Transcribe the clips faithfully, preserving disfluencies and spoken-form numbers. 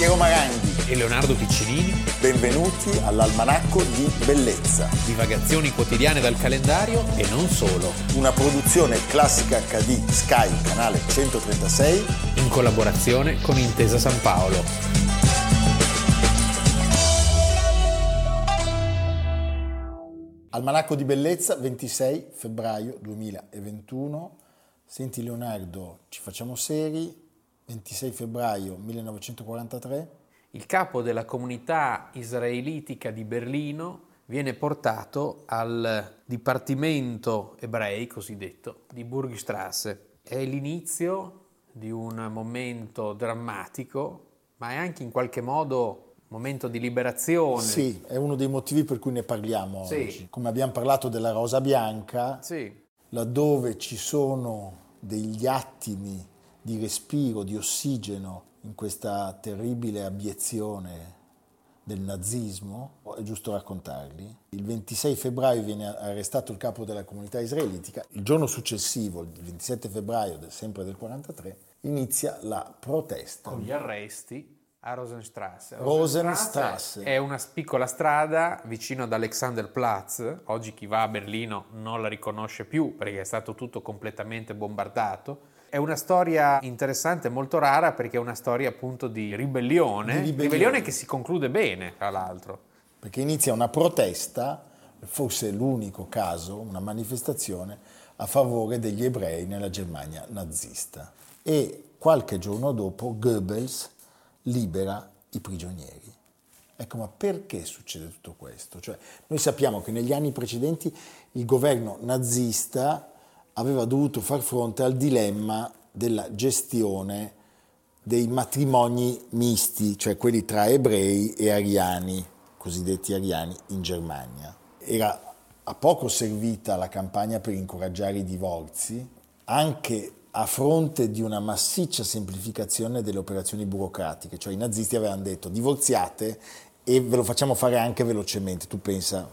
Piero Maranghi e Leonardo Piccinini. Benvenuti all'Almanacco di Bellezza. Divagazioni quotidiane dal calendario e non solo. Una produzione Classica acca di Sky, canale centotrentasei, in collaborazione con Intesa San Paolo. Almanacco di Bellezza, ventisei febbraio duemilaventuno. Senti Leonardo, ci facciamo seri. ventisei febbraio millenovecentoquarantatré. Il capo della comunità israelitica di Berlino viene portato al dipartimento ebrei, cosiddetto, di Burgstrasse. È l'inizio di un momento drammatico, ma è anche in qualche modo un momento di liberazione. Sì, è uno dei motivi per cui ne parliamo sì. oggi. Come abbiamo parlato della Rosa Bianca, sì. laddove ci sono degli attimi di respiro, di ossigeno in questa terribile abiezione del nazismo, è giusto raccontarli. Il ventisei febbraio viene arrestato il capo della comunità israelitica. Il giorno successivo, il ventisette febbraio, sempre del quarantatré, inizia la protesta. Con gli arresti a Rosenstrasse. Rosenstrasse è una piccola strada vicino ad Alexanderplatz. Oggi chi va a Berlino non la riconosce più perché è stato tutto completamente bombardato. È una storia interessante, molto rara, perché è una storia appunto di ribellione, di ribellione. ribellione che si conclude bene, tra l'altro. Perché inizia una protesta, forse l'unico caso, una manifestazione a favore degli ebrei nella Germania nazista. E qualche giorno dopo Goebbels libera i prigionieri. Ecco, ma perché succede tutto questo? Cioè, noi sappiamo che negli anni precedenti il governo nazista aveva dovuto far fronte al dilemma della gestione dei matrimoni misti, cioè quelli tra ebrei e ariani, cosiddetti ariani, in Germania. Era a poco servita la campagna per incoraggiare i divorzi, anche a fronte di una massiccia semplificazione delle operazioni burocratiche, cioè i nazisti avevano detto divorziate e ve lo facciamo fare anche velocemente. Tu pensa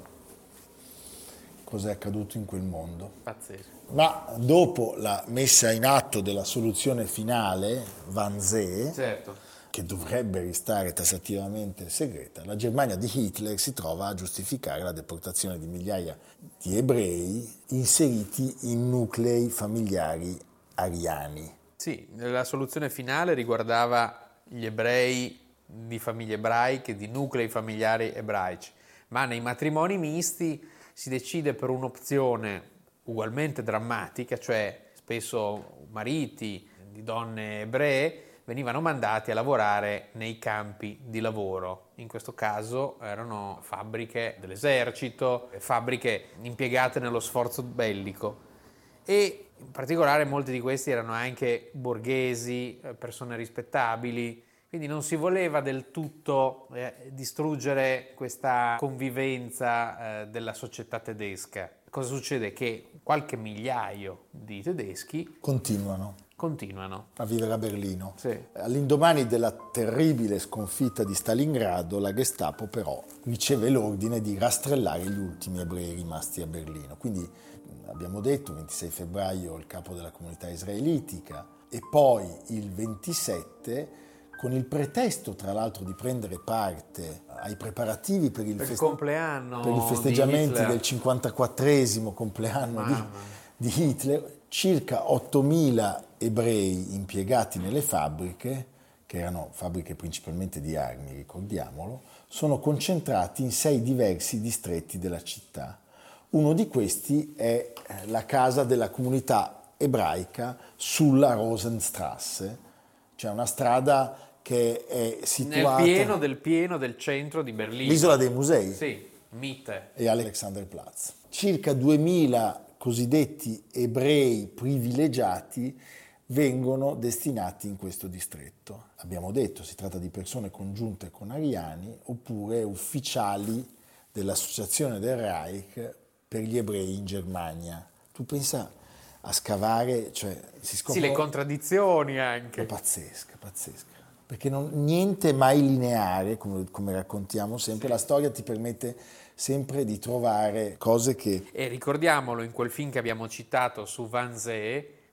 cosa è accaduto in quel mondo. Pazzesco. Ma dopo la messa in atto della soluzione finale, Wannsee, certo. che dovrebbe restare tassativamente segreta, la Germania di Hitler si trova a giustificare la deportazione di migliaia di ebrei inseriti in nuclei familiari ariani. Sì, la soluzione finale riguardava gli ebrei di famiglie ebraiche, di nuclei familiari ebraici, ma nei matrimoni misti si decide per un'opzione ugualmente drammatica, cioè spesso mariti di donne ebree venivano mandati a lavorare nei campi di lavoro. In questo caso erano fabbriche dell'esercito, fabbriche impiegate nello sforzo bellico. E in particolare molti di questi erano anche borghesi, persone rispettabili, quindi non si voleva del tutto eh, distruggere questa convivenza eh, della società tedesca. Cosa succede? Che qualche migliaio di tedeschi continuano, continuano. a vivere a Berlino. Sì. All'indomani della terribile sconfitta di Stalingrado, la Gestapo però riceve l'ordine di rastrellare gli ultimi ebrei rimasti a Berlino. Quindi abbiamo detto ventisei febbraio il capo della comunità israelitica e poi il ventisette, con il pretesto tra l'altro di prendere parte ai preparativi per il, per il feste- compleanno per i festeggiamenti di del cinquantaquattresimo compleanno di, di Hitler, circa ottomila ebrei impiegati nelle fabbriche, che erano fabbriche principalmente di armi, ricordiamolo, sono concentrati in sei diversi distretti della città. Uno di questi è la casa della comunità ebraica sulla Rosenstrasse, cioè una strada che è situata nel pieno del pieno del centro di Berlino. L'isola dei musei. Sì, Mitte. E Alexanderplatz. Circa duemila cosiddetti ebrei privilegiati vengono destinati in questo distretto. Abbiamo detto, si tratta di persone congiunte con ariani oppure ufficiali dell'associazione del Reich per gli ebrei in Germania. Tu pensa a scavare, cioè si scopre... Sì, le contraddizioni anche. È pazzesca, pazzesca. Perché non, niente è mai lineare, come, come raccontiamo sempre, sì. La storia ti permette sempre di trovare cose che... E ricordiamolo, in quel film che abbiamo citato su Wannsee,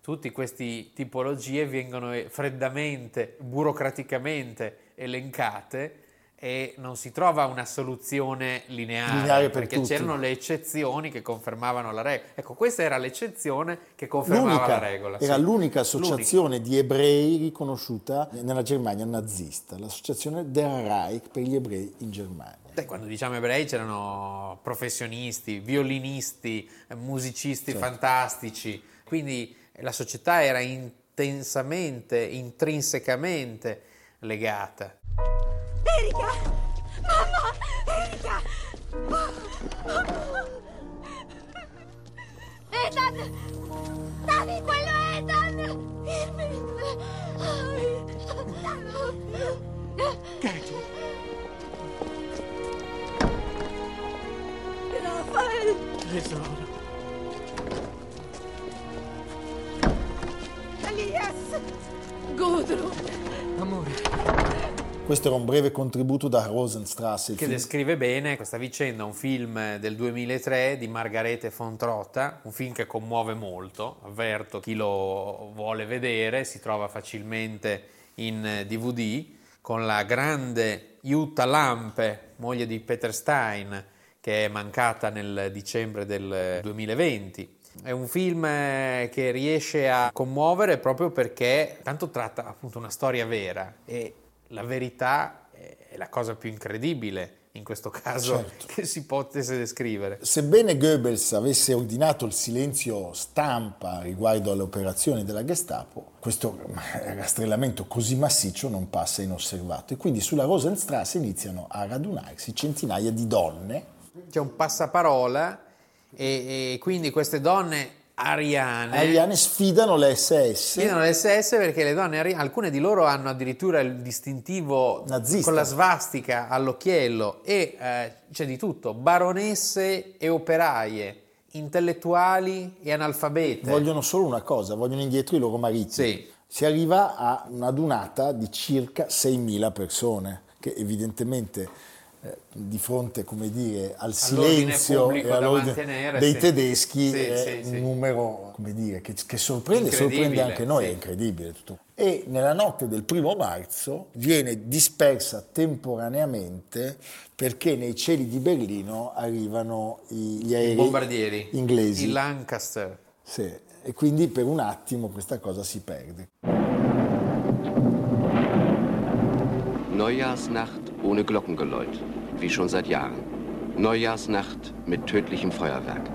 tutte queste tipologie vengono freddamente, burocraticamente elencate e non si trova una soluzione lineare, Lineare per perché tutti. c'erano le eccezioni che confermavano la regola. Ecco, questa era l'eccezione che confermava L'unica, la regola. era sì. l'unica associazione L'unica. di ebrei riconosciuta nella Germania nazista, l'associazione Der Reich per gli ebrei in Germania. Beh, quando diciamo ebrei c'erano professionisti, violinisti, musicisti Certo. fantastici, quindi la società era intensamente, intrinsecamente legata. Erika! Mamma! Erika! Ethan! Dammi quello, Ethan! Katie. Raffaele! Tesoro. Elias! Gudrun! Amore. Questo era un breve contributo da Rosenstrasse. il Che film. descrive bene questa vicenda, un film del duemilatré di Margarete von Trotta, un film che commuove molto, avverto chi lo vuole vedere, si trova facilmente in D V D, con la grande Jutta Lampe, moglie di Peter Stein, che è mancata nel dicembre del duemilaventi. È un film che riesce a commuovere proprio perché tanto tratta appunto una storia vera e la verità è la cosa più incredibile in questo caso Certo. che si potesse descrivere. Sebbene Goebbels avesse ordinato il silenzio stampa riguardo alle operazioni della Gestapo, questo rastrellamento così massiccio non passa inosservato e quindi sulla Rosenstrasse iniziano a radunarsi centinaia di donne. C'è un passaparola e, e quindi queste donne ariane, Ariane sfidano le S S. sfidano le S S perché le donne ariane, alcune di loro hanno addirittura il distintivo Nazista. con la svastica all'occhiello e eh, c'è di tutto, baronesse e operaie, intellettuali e analfabete. Vogliono solo una cosa, vogliono indietro i loro mariti. Sì. Si arriva a una dunata di circa seimila persone, che evidentemente eh, di fronte, come dire, al All'ordine silenzio pubblico e da all'ordine mantenere, dei sì. tedeschi Sì, è sì, un sì. numero, come dire, che, che sorprende, Incredibile, sorprende anche noi, sì. è incredibile tutto. E nella notte del primo marzo viene dispersa temporaneamente perché nei cieli di Berlino arrivano i- gli aerei Bombardieri inglesi. i Lancaster. Sì, e quindi per un attimo questa cosa si perde. Neujahrsnacht ohne Glockengeläut, wie schon seit Jahren. Neujahrsnacht mit tödlichem Feuerwerk.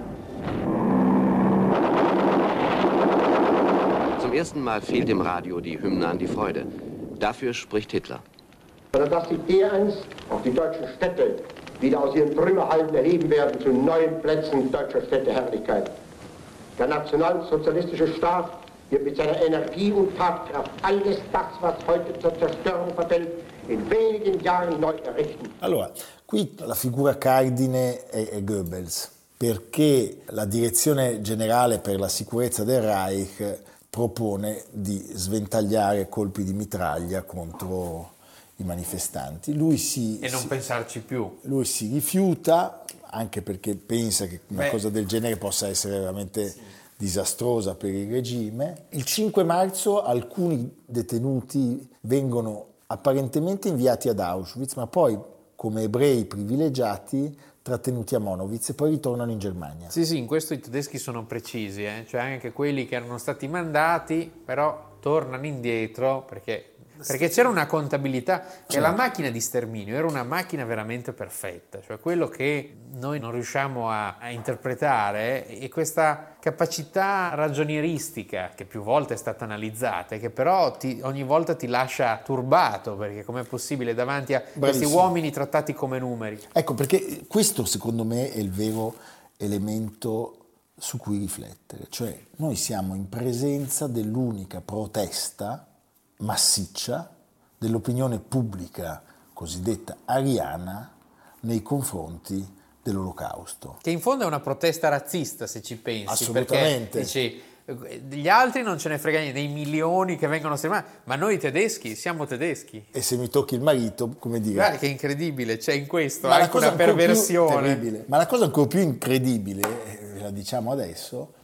Zum ersten Mal fehlt im Radio die Hymne an die Freude. Dafür spricht Hitler. Sondern dass sich dereinst auch die deutschen Städte wieder aus ihren Trümmerhallen erheben werden zu neuen Plätzen deutscher Städteherrlichkeit. Der nationalsozialistische Staat wird mit seiner Energie und Tatkraft alles das, was heute zur Zerstörung verfällt, in wenigen Jahren neu errichten. Allora, qui la figura cardine è, è Goebbels, perché la direzione generale per la sicurezza del Reich propone di sventagliare colpi di mitraglia contro i manifestanti. Lui si, E non si- pensarci più. lui si rifiuta, anche perché pensa che una Beh. cosa del genere possa essere veramente disastrosa per il regime. Il cinque marzo alcuni detenuti vengono apparentemente inviati ad Auschwitz, ma poi come ebrei privilegiati trattenuti a Monowitz e poi ritornano in Germania. Sì, sì, in questo i tedeschi sono precisi, eh? Cioè anche quelli che erano stati mandati, però tornano indietro perché, perché c'era una contabilità, che la macchina di sterminio era una macchina veramente perfetta, cioè quello che noi non riusciamo a, a interpretare è questa capacità ragionieristica che più volte è stata analizzata e che però ti- ogni volta ti lascia turbato, perché com'è possibile davanti a questi Bravissimo. uomini trattati come numeri? Ecco, perché questo secondo me è il vero elemento su cui riflettere, cioè noi siamo in presenza dell'unica protesta massiccia dell'opinione pubblica cosiddetta ariana nei confronti dell'Olocausto. Che in fondo è una protesta razzista, se ci pensi. Assolutamente. Perché dici, gli altri non ce ne frega niente, dei milioni che vengono sterminati, ma noi tedeschi siamo tedeschi. E se mi tocchi il marito, come dire... Guarda che incredibile, c'è in questo Ma la anche cosa una ancora più perversione. terribile, ma la cosa ancora più incredibile, eh, ve la diciamo adesso,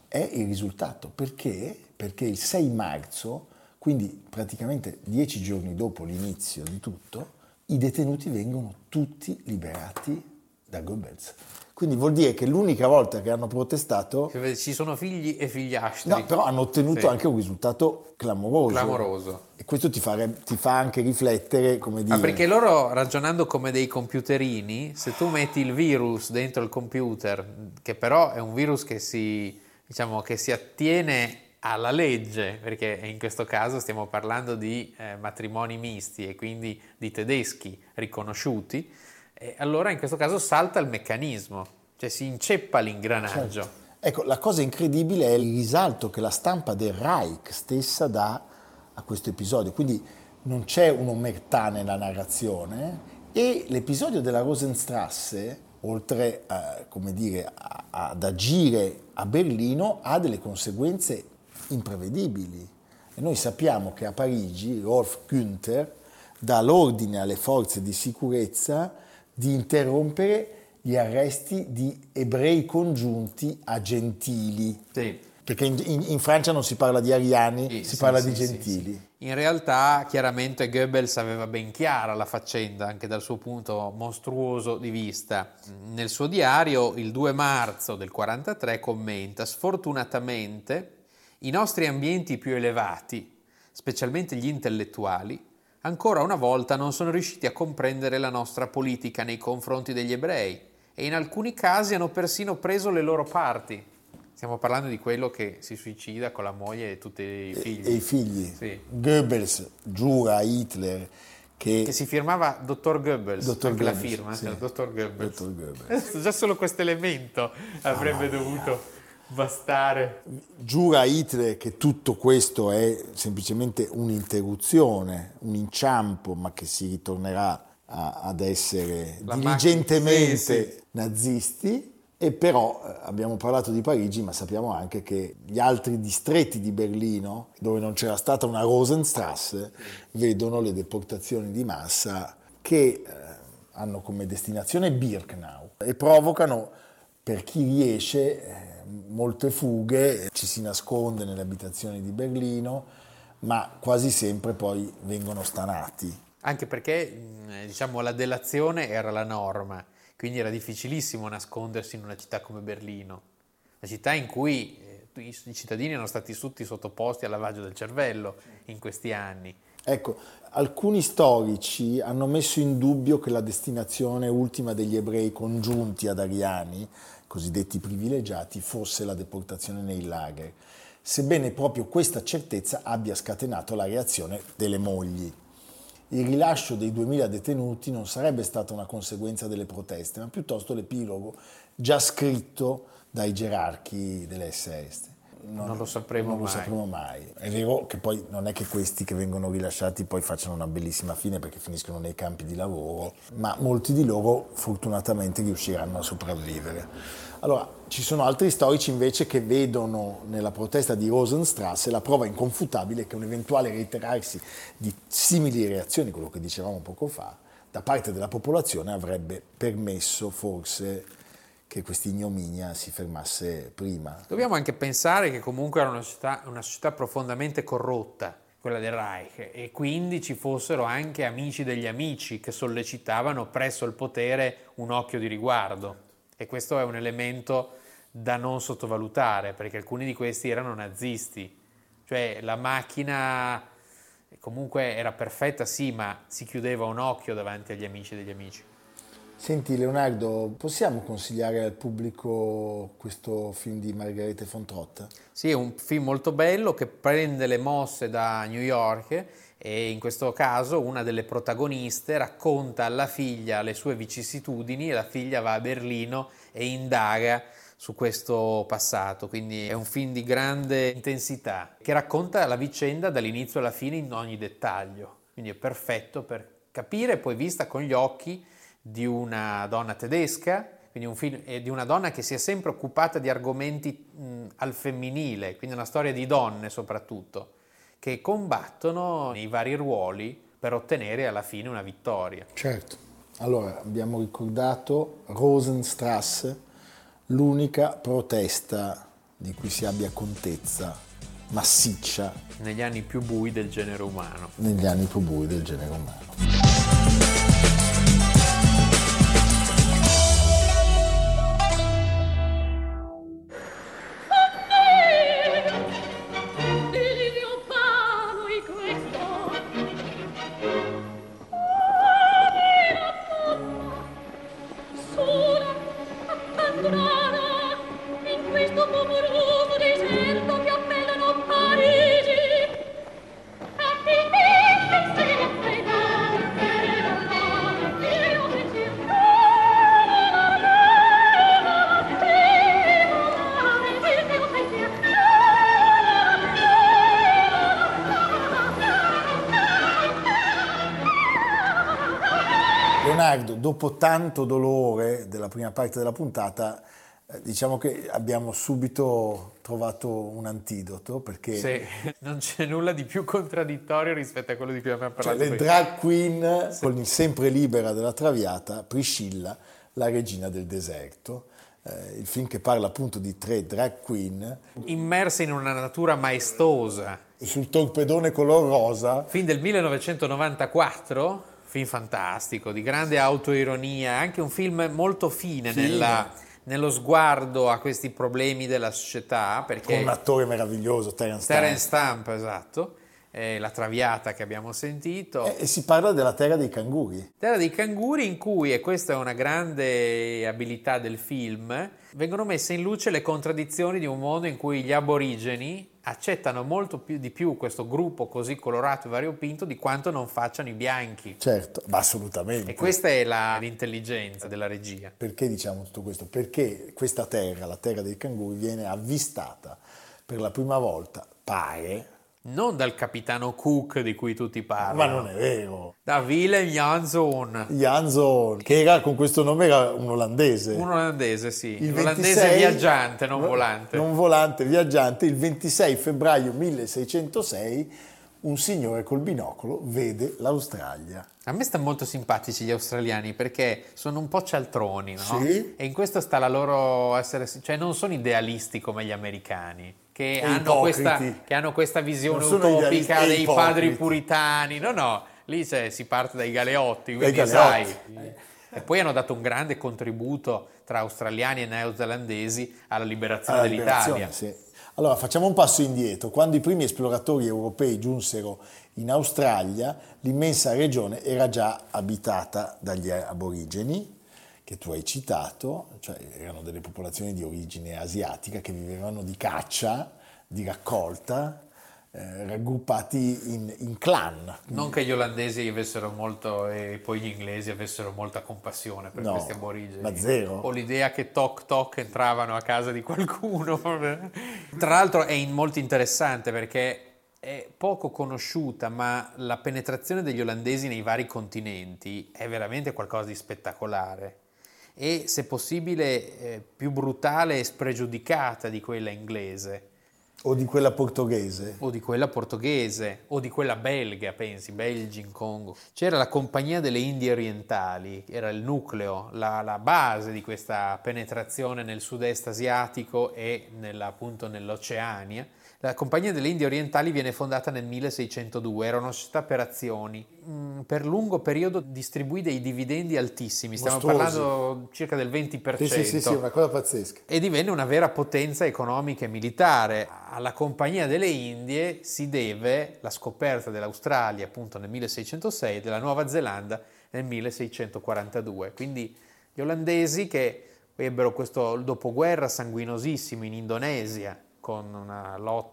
è il risultato. Perché? Perché il sei marzo, quindi praticamente dieci giorni dopo l'inizio di tutto, i detenuti vengono tutti liberati da Goebbels. Quindi vuol dire che l'unica volta che hanno protestato... Ci sono figli e figliastri. No, però hanno ottenuto sì. anche un risultato clamoroso. Clamoroso. E questo ti fa, ti fa anche riflettere, come dire... Ma perché loro, ragionando come dei computerini, se tu metti il virus dentro il computer, che però è un virus che si, diciamo, che si attiene alla legge, perché in questo caso stiamo parlando di eh, matrimoni misti e quindi di tedeschi riconosciuti, e allora in questo caso salta il meccanismo, cioè si inceppa l'ingranaggio. Certo. Ecco, la cosa incredibile è il risalto che la stampa del Reich stessa dà a questo episodio, quindi non c'è un'omertà nella narrazione e l'episodio della Rosenstrasse, oltre a, come dire, a, ad agire a Berlino, ha delle conseguenze imprevedibili. E noi sappiamo che a Parigi Rolf Günther dà l'ordine alle forze di sicurezza di interrompere gli arresti di ebrei congiunti a gentili. Sì. Perché in, in, in Francia non si parla di ariani, Sì, si sì, parla sì, di sì, gentili. sì. In realtà, chiaramente, Goebbels aveva ben chiara la faccenda, anche dal suo punto mostruoso di vista. Nel suo diario, il due marzo del quarantatré, commenta: sfortunatamente, i nostri ambienti più elevati, specialmente gli intellettuali, ancora una volta non sono riusciti a comprendere la nostra politica nei confronti degli ebrei e in alcuni casi hanno persino preso le loro parti. Stiamo parlando di quello che si suicida con la moglie e tutti i figli. E, e i figli. Sì. Goebbels giura a Hitler che... Che si firmava dottor Goebbels, Dottor anche Goebbels, la firma, sì. cioè, dottor Goebbels. Dottor Goebbels. Già solo questo elemento avrebbe Mamma dovuto mia. bastare. Giura a Hitler che tutto questo è semplicemente un'interruzione, un inciampo, ma che si ritornerà a, ad essere La diligentemente macchina, sì, sì. nazisti. E però eh, abbiamo parlato di Parigi, ma sappiamo anche che gli altri distretti di Berlino, dove non c'era stata una Rosenstrasse, vedono le deportazioni di massa che eh, hanno come destinazione Birkenau e provocano, per chi riesce, eh, molte fughe. Ci si nasconde nelle abitazioni di Berlino, ma quasi sempre poi vengono stanati. Anche perché, diciamo, la delazione era la norma. Quindi era difficilissimo nascondersi in una città come Berlino, una città in cui eh, i cittadini erano stati tutti sottoposti al lavaggio del cervello in questi anni. Ecco, alcuni storici hanno messo in dubbio che la destinazione ultima degli ebrei congiunti ad ariani, cosiddetti privilegiati, fosse la deportazione nei lager, sebbene proprio questa certezza abbia scatenato la reazione delle mogli. Il rilascio dei duemila detenuti non sarebbe stata una conseguenza delle proteste, ma piuttosto l'epilogo già scritto dai gerarchi delle esse esse. Non, non lo sapremo non mai. lo sapremo mai. È vero che poi non è che questi che vengono rilasciati poi facciano una bellissima fine perché finiscono nei campi di lavoro, ma molti di loro fortunatamente riusciranno a sopravvivere. Allora, ci sono altri storici invece che vedono nella protesta di Rosenstrasse la prova inconfutabile che un eventuale reiterarsi di simili reazioni, quello che dicevamo poco fa, da parte della popolazione avrebbe permesso forse che questa ignominia si fermasse prima. Dobbiamo anche pensare che comunque era una società, una società profondamente corrotta, quella del Reich, e quindi ci fossero anche amici degli amici che sollecitavano presso il potere un occhio di riguardo. E questo è un elemento da non sottovalutare, perché alcuni di questi erano nazisti. Cioè la macchina comunque era perfetta, sì, ma si chiudeva un occhio davanti agli amici degli amici. Senti Leonardo, possiamo consigliare al pubblico questo film di Margherete von Trott? Sì, è un film molto bello che prende le mosse da New York e in questo caso una delle protagoniste racconta alla figlia le sue vicissitudini e la figlia va a Berlino e indaga su questo passato, quindi è un film di grande intensità che racconta la vicenda dall'inizio alla fine in ogni dettaglio, quindi è perfetto per capire, poi vista con gli occhi di una donna tedesca, quindi un film eh, di una donna che si è sempre occupata di argomenti mh, al femminile, quindi una storia di donne soprattutto, che combattono nei vari ruoli per ottenere alla fine una vittoria. Certo. Allora, abbiamo ricordato Rosenstrasse, l'unica protesta di cui si abbia contezza massiccia Negli anni più bui del genere umano. negli anni più bui del genere umano. Leonardo, dopo tanto dolore della prima parte della puntata, eh, diciamo che abbiamo subito trovato un antidoto, perché Sì, non c'è nulla di più contraddittorio rispetto a quello di cui abbiamo cioè, parlato le prima. drag queen, con il sempre libera della Traviata, Priscilla, la regina del deserto, eh, il film che parla appunto di tre drag queen Immerse in una natura maestosa. sul torpedone color rosa. Film del millenovecentonovantaquattro, film fantastico, di grande autoironia, anche un film molto fine, Fine. Nella, nello sguardo a questi problemi della società, perché Con un attore meraviglioso, Terence Stamp. Terence Stamp, esatto, eh, la Traviata che abbiamo sentito. E, e si parla della terra dei canguri. Terra dei canguri, in cui, e questa è una grande abilità del film, vengono messe in luce le contraddizioni di un mondo in cui gli aborigeni accettano molto più di più questo gruppo così colorato e variopinto di quanto non facciano i bianchi. Certo, ma assolutamente. E questa è la, l'intelligenza della regia. Perché diciamo tutto questo? Perché questa terra, la terra dei canguri, viene avvistata per la prima volta, pare, Non dal capitano Cook di cui tutti ma parlano, non è vero, da Willem Jansson, Jansson, che era con questo nome era un olandese. un olandese, sì, Il un olandese ventisei viaggiante, non volante. Non volante, viaggiante. Il ventisei febbraio milleseicentosei un signore col binocolo vede l'Australia. A me stanno molto simpatici gli australiani perché sono un po' cialtroni, no? Sì. E in questo sta la loro essere, cioè non sono idealisti come gli americani, che, E hanno ipocriti. questa, che hanno questa visione Non sono idealisti utopica e dei ipocriti. padri puritani. No, no, lì cioè, si parte dai galeotti, Dai quindi galeotti. sai. E poi hanno dato un grande contributo tra australiani e neozelandesi alla liberazione Alla dell'Italia. liberazione, sì. Allora facciamo un passo indietro. Quando i primi esploratori europei giunsero in Australia, l'immensa regione era già abitata dagli aborigeni, che tu hai citato, cioè erano delle popolazioni di origine asiatica che vivevano di caccia, di raccolta, eh, raggruppati in, in clan. Non che gli olandesi avessero molto e poi gli inglesi avessero molta compassione per No, questi aborigeni. ma zero. Ho l'idea che toc toc entravano a casa di qualcuno. Tra l'altro è in- molto interessante perché è poco conosciuta, ma la penetrazione degli olandesi nei vari continenti è veramente qualcosa di spettacolare. E se possibile eh, più brutale e spregiudicata di quella inglese. O di quella portoghese. O di quella portoghese, o di quella belga, pensi, Belgio, Congo. C'era la Compagnia delle Indie Orientali, era il nucleo, la, la base di questa penetrazione nel sud-est asiatico e nella, appunto nell'Oceania. La Compagnia delle Indie Orientali viene fondata nel milleseicentodue, era una società per azioni. Mm, per lungo periodo distribuì dei dividendi altissimi, stiamo Mostruosi. parlando circa del venti per cento. Sì, sì, sì, sì, una cosa pazzesca. E divenne una vera potenza economica e militare. Alla Compagnia delle Indie si deve la scoperta dell'Australia appunto nel milleseicentosei e della Nuova Zelanda nel milleseicentoquarantadue. Quindi gli olandesi che ebbero questo dopoguerra sanguinosissimo in Indonesia con una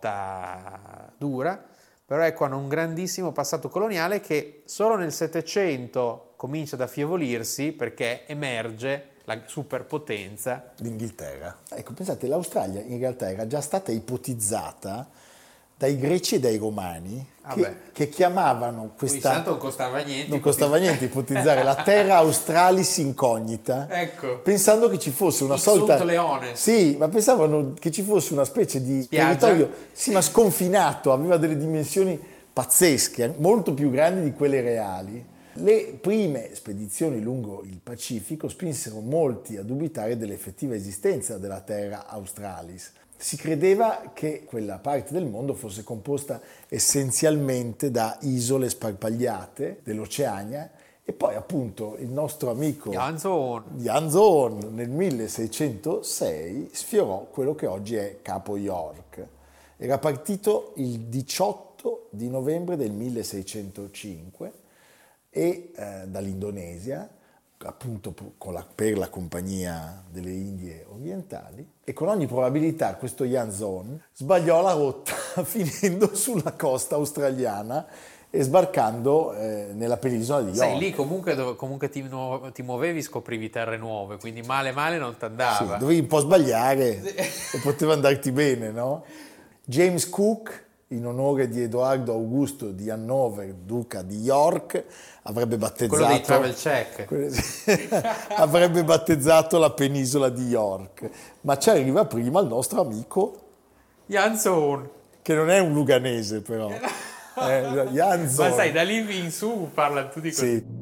lotta dura, però ecco hanno un grandissimo passato coloniale che solo nel Settecento comincia ad affievolirsi perché emerge la superpotenza. L'Inghilterra. Ecco, pensate, l'Australia in realtà era già stata ipotizzata dai greci e dai romani che, Vabbè. che chiamavano Poi questa... tanto non costava niente. Non costava niente ipotizzare la terra australis incognita, Ecco. pensando che ci fosse una Ixunt sorta... leones. Sì, ma pensavano che ci fosse una specie di Spiaggia. territorio, sì, ma sconfinato, aveva delle dimensioni pazzesche, molto più grandi di quelle reali. Le prime spedizioni lungo il Pacifico spinsero molti a dubitare dell'effettiva esistenza della terra australis. Si credeva che quella parte del mondo fosse composta essenzialmente da isole sparpagliate dell'Oceania, e poi appunto il nostro amico Jan Zoon Jan Zoon nel milleseicentosei sfiorò quello che oggi è Capo York. Era partito il diciotto di novembre del milleseicentocinque e eh, dall'Indonesia, appunto con la, per la Compagnia delle Indie Orientali, e con ogni probabilità questo Jan Zoon sbagliò la rotta finendo sulla costa australiana e sbarcando eh, nella penisola di York. Sai, lì comunque, dove, comunque ti, nu- ti muovevi, scoprivi terre nuove, quindi male male non ti andava. Sì, dovevi un po' sbagliare e poteva andarti bene, no? James Cook, in onore di Edoardo Augusto di Hannover, duca di York, avrebbe battezzato quello dei travel check avrebbe battezzato la penisola di York, ma ci arriva prima il nostro amico Jan Zoon, che non è un luganese però eh, Jan Zoon. Ma sai, da lì in su parlano tutti così. Sì.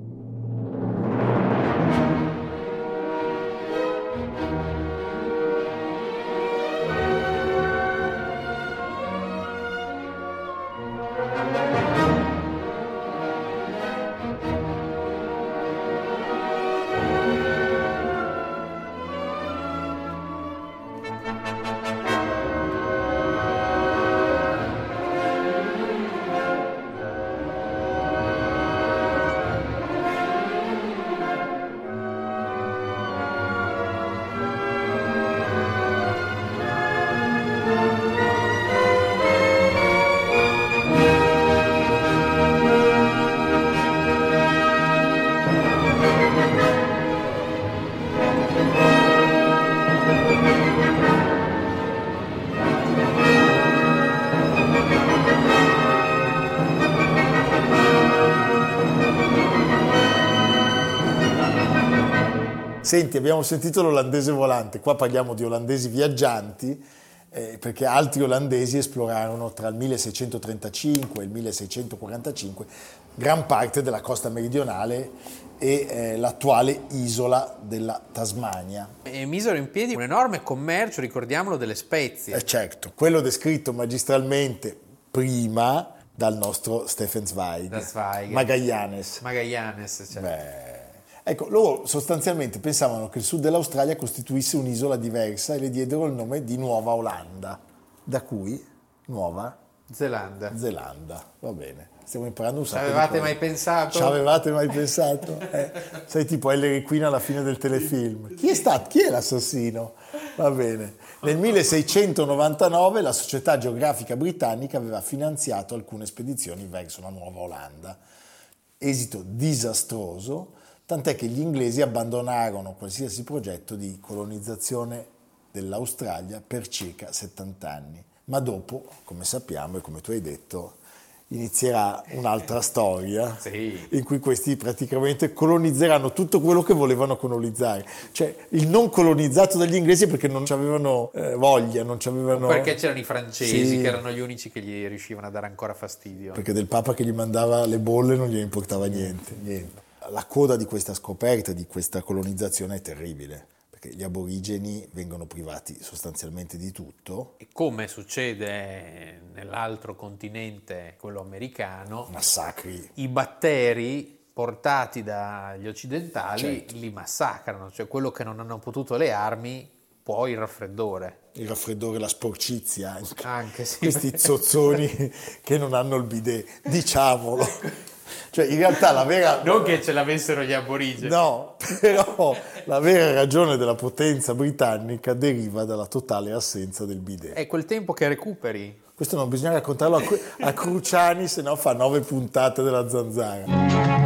Senti, abbiamo sentito l'olandese volante, qua parliamo di olandesi viaggianti, eh, perché altri olandesi esplorarono tra il milleseicentotrentacinque e il milleseicentoquarantacinque gran parte della costa meridionale e eh, l'attuale isola della Tasmania. E misero in piedi un enorme commercio, ricordiamolo, delle spezie. Eh certo, quello descritto magistralmente prima dal nostro Stefan Zweig, Da Zweig. Magallanes. Magallanes, cioè. Beh, ecco, loro sostanzialmente pensavano che il sud dell'Australia costituisse un'isola diversa e le diedero il nome di Nuova Olanda, da cui Nuova Zelanda. Zelanda. Va bene, stiamo imparando un Ci sacco di avevate cose. mai pensato? Ci avevate mai pensato? Eh, sei tipo Ellery Queen alla fine del telefilm. Chi è stato? Chi è l'assassino? Va bene. Nel milleseicentonovantanove la Società Geografica Britannica aveva finanziato alcune spedizioni verso la Nuova Olanda. Esito disastroso, tant'è che gli inglesi abbandonarono qualsiasi progetto di colonizzazione dell'Australia per circa settanta anni. Ma dopo, come sappiamo e come tu hai detto, inizierà un'altra storia Sì. in cui questi praticamente colonizzeranno tutto quello che volevano colonizzare. Cioè il non colonizzato dagli inglesi perché non avevano eh, voglia, non c'avevano... Perché c'erano i francesi Sì. che erano gli unici che gli riuscivano a dare ancora fastidio. Perché del Papa che gli mandava le bolle non gli importava niente, niente. La coda di questa scoperta, di questa colonizzazione è terribile, perché gli aborigeni vengono privati sostanzialmente di tutto. E come succede nell'altro continente, quello americano, Massacri. i batteri portati dagli occidentali Certo. li massacrano, cioè quello che non hanno potuto le armi, poi il raffreddore. Il raffreddore, la sporcizia anche. Anche sì. Questi zozzoni che non hanno il bidet, diciamolo. Cioè in realtà la vera... Non che ce l'avessero gli aborigeni. No, però la vera ragione della potenza britannica deriva dalla totale assenza del bidet. È quel tempo che recuperi. Questo non bisogna raccontarlo a, Cru- a Cruciani, se no fa nove puntate della Zanzara.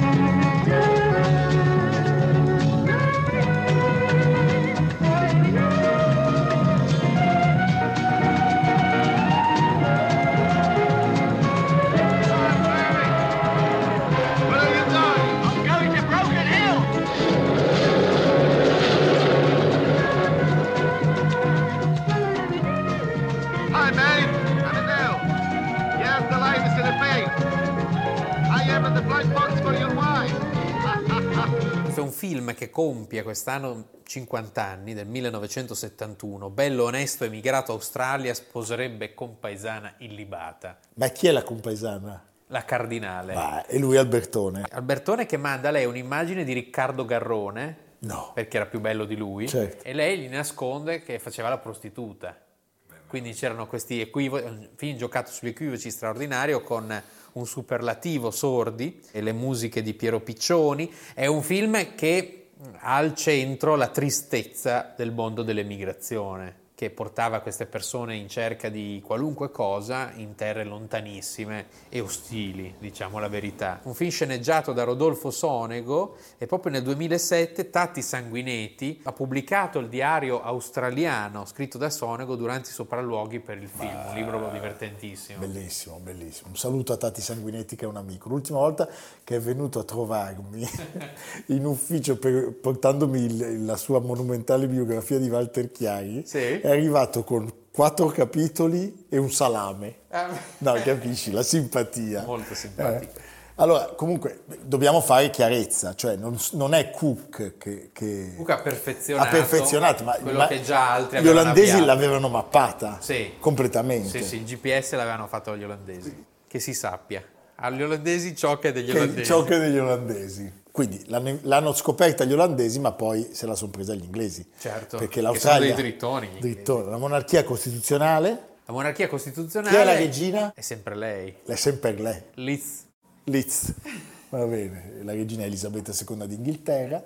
Hi, mate. How do you do? Yes, the latest in the bank. I am in the black box for your wife. Questo è un film che compie quest'anno cinquanta anni, del millenovecentosettantuno. Bello, onesto, emigrato a Australia, sposerebbe compaesana illibata. Ma chi è la compaesana? La Cardinale. Ah, e lui Albertone. Albertone che manda a lei un'immagine di Riccardo Garrone, No. perché era più bello di lui, Certo. e lei gli nasconde che faceva la prostituta. Quindi c'erano questi equivoci, un film giocato sugli equivoci straordinario con un superlativo Sordi e le musiche di Piero Piccioni. È un film che ha al centro la tristezza del mondo dell'emigrazione, che portava queste persone in cerca di qualunque cosa in terre lontanissime e ostili, diciamo la verità. Un film sceneggiato da Rodolfo Sonego, e proprio nel duemilasette Tatti Sanguinetti ha pubblicato il diario australiano scritto da Sonego durante i sopralluoghi per il film, un libro divertentissimo. Bellissimo, bellissimo. Un saluto a Tatti Sanguinetti, che è un amico. L'ultima volta che è venuto a trovarmi in ufficio per, portandomi il, la sua monumentale biografia di Walter Chiari, Sì. è arrivato con quattro capitoli e un salame. Ah. No, capisci? La simpatia. Molto simpatico. Eh. Allora, comunque, dobbiamo fare chiarezza, cioè non, non è Cook che, che Cook ha perfezionato, ha perfezionato, ma, quello ma che già altri gli avevano olandesi avviato. l'avevano mappata Sì. completamente. Sì, sì, il G P S l'avevano fatto gli olandesi, che si sappia. Agli olandesi ciò che è degli Che olandesi. ciò che è degli olandesi. Quindi l'hanno, l'hanno scoperta gli olandesi, ma poi se la sono presa gli inglesi. Certo, Perché che l'Australia, sono dei drittoni, gli drittoni, la monarchia costituzionale, La monarchia costituzionale... chi è la regina? È sempre lei. È sempre lei, Liz. Liz. Va bene, la regina Elisabetta seconda d'Inghilterra,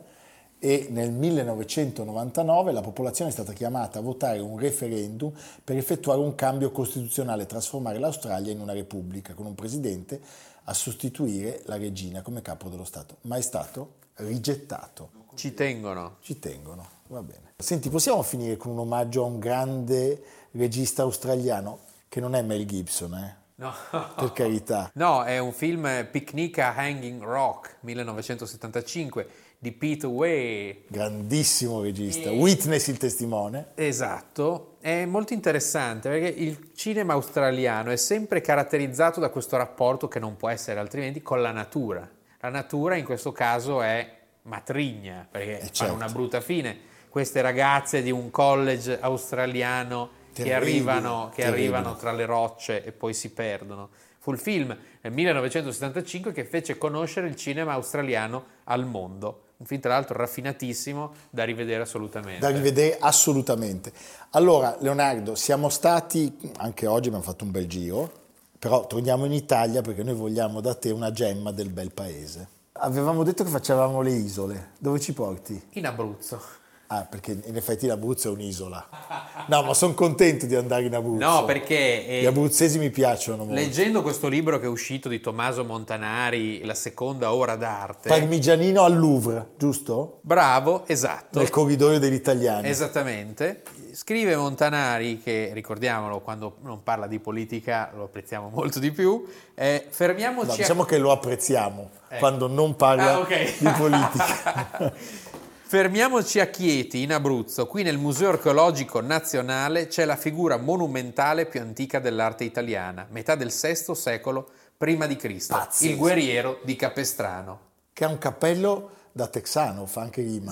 e nel millenovecentonovantanove la popolazione è stata chiamata a votare un referendum per effettuare un cambio costituzionale e trasformare l'Australia in una repubblica con un presidente a sostituire la regina come capo dello Stato, ma è stato rigettato. Ci tengono. Ci tengono, va bene. Senti, possiamo finire con un omaggio a un grande regista australiano che non è Mel Gibson, eh? No. Per carità. No, è un film Picnic a Hanging Rock, millenovecentosettantacinque, di Pete Way. Grandissimo regista. Witness il testimone. Esatto, è molto interessante perché il cinema australiano è sempre caratterizzato da questo rapporto, che non può essere altrimenti, con la natura. La natura in questo caso è matrigna, perché Eh, fanno certo. una brutta fine. Queste ragazze di un college australiano che Terribile, arrivano, che terribile. arrivano tra le rocce e poi si perdono. Fu il film nel millenovecentosettantacinque che fece conoscere il cinema australiano al mondo. Un film tra l'altro raffinatissimo, da rivedere assolutamente. Da rivedere assolutamente. Allora, Leonardo, siamo stati, anche oggi abbiamo fatto un bel giro, però torniamo in Italia perché noi vogliamo da te una gemma del bel paese. Avevamo detto che facevamo le isole. Dove ci porti? In Abruzzo. Ah, perché in effetti l'Abruzzo è un'isola. No, ma sono contento di andare in Abruzzo. No, perché... eh, Gli abruzzesi mi piacciono molto. leggendo questo libro che è uscito di Tommaso Montanari, La seconda ora d'arte... Parmigianino al Louvre, giusto? Bravo, esatto. Nel corridoio degli italiani. Esattamente. Scrive Montanari, che ricordiamolo, quando non parla di politica lo apprezziamo molto di più, eh, fermiamoci... No, a- diciamo che lo apprezziamo Ecco. quando non parla Ah, ok. di politica. Fermiamoci a Chieti, in Abruzzo. Qui nel Museo Archeologico Nazionale c'è la figura monumentale più antica dell'arte italiana, metà del sesto secolo prima di Cristo, Pazzesco. il guerriero di Capestrano. Che ha un cappello da texano, fa anche rima.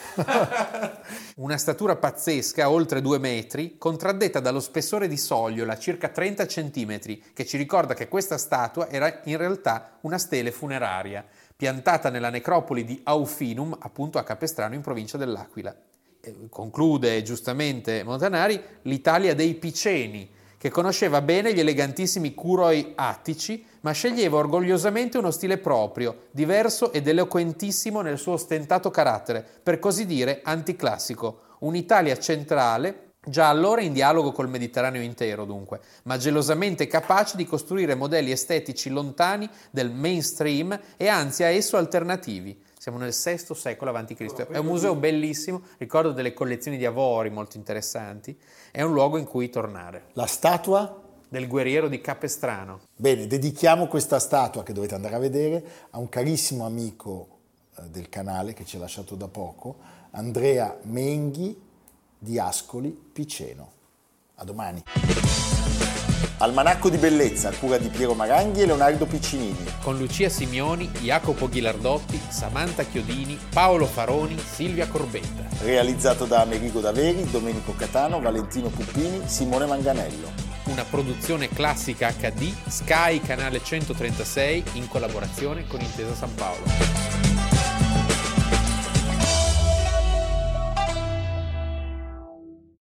Una statura pazzesca, oltre due metri, contraddetta dallo spessore di sogliola, circa trenta centimetri, che ci ricorda che questa statua era in realtà una stele funeraria, piantata nella necropoli di Aufinum, appunto a Capestrano, in provincia dell'Aquila. E conclude giustamente Montanari, l'Italia dei Piceni, che conosceva bene gli elegantissimi curoi attici, ma sceglieva orgogliosamente uno stile proprio, diverso ed eloquentissimo nel suo ostentato carattere, per così dire anticlassico. Un'Italia centrale, già allora in dialogo col Mediterraneo intero dunque, ma gelosamente capace di costruire modelli estetici lontani del mainstream e anzi a esso alternativi. Siamo nel sesto secolo avanti Cristo. È un museo bellissimo, ricordo delle collezioni di avori molto interessanti, è un luogo in cui tornare. La statua? Del guerriero di Capestrano. Bene, dedichiamo questa statua, che dovete andare a vedere, a un carissimo amico eh, del canale che ci ha lasciato da poco, Andrea Menghi di Ascoli Piceno. A domani. Almanacco di bellezza, a cura di Piero Maranghi e Leonardo Piccinini. Con Lucia Simioni, Jacopo Ghilardotti, Samantha Chiodini, Paolo Faroni, Silvia Corbetta. Realizzato da Amerigo Daveri, Domenico Catano, Valentino Puppini, Simone Manganello. Una produzione classica acca di Sky Canale centotrentasei in collaborazione con Intesa San Paolo.